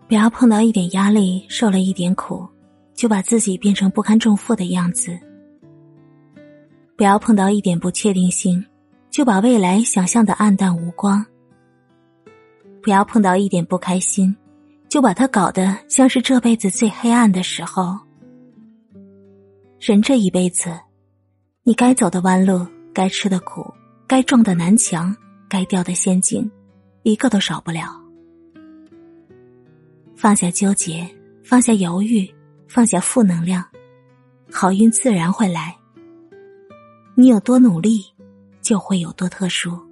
不要碰到一点压力，受了一点苦，就把自己变成不堪重负的样子。不要碰到一点不确定性，就把未来想象的暗淡无光。不要碰到一点不开心，就把它搞得像是这辈子最黑暗的时候。人这一辈子，你该走的弯路，该吃的苦，该撞的南墙，该掉的陷阱，一个都少不了。放下纠结，放下犹豫，放下负能量，好运自然会来。你有多努力，就会有多特殊。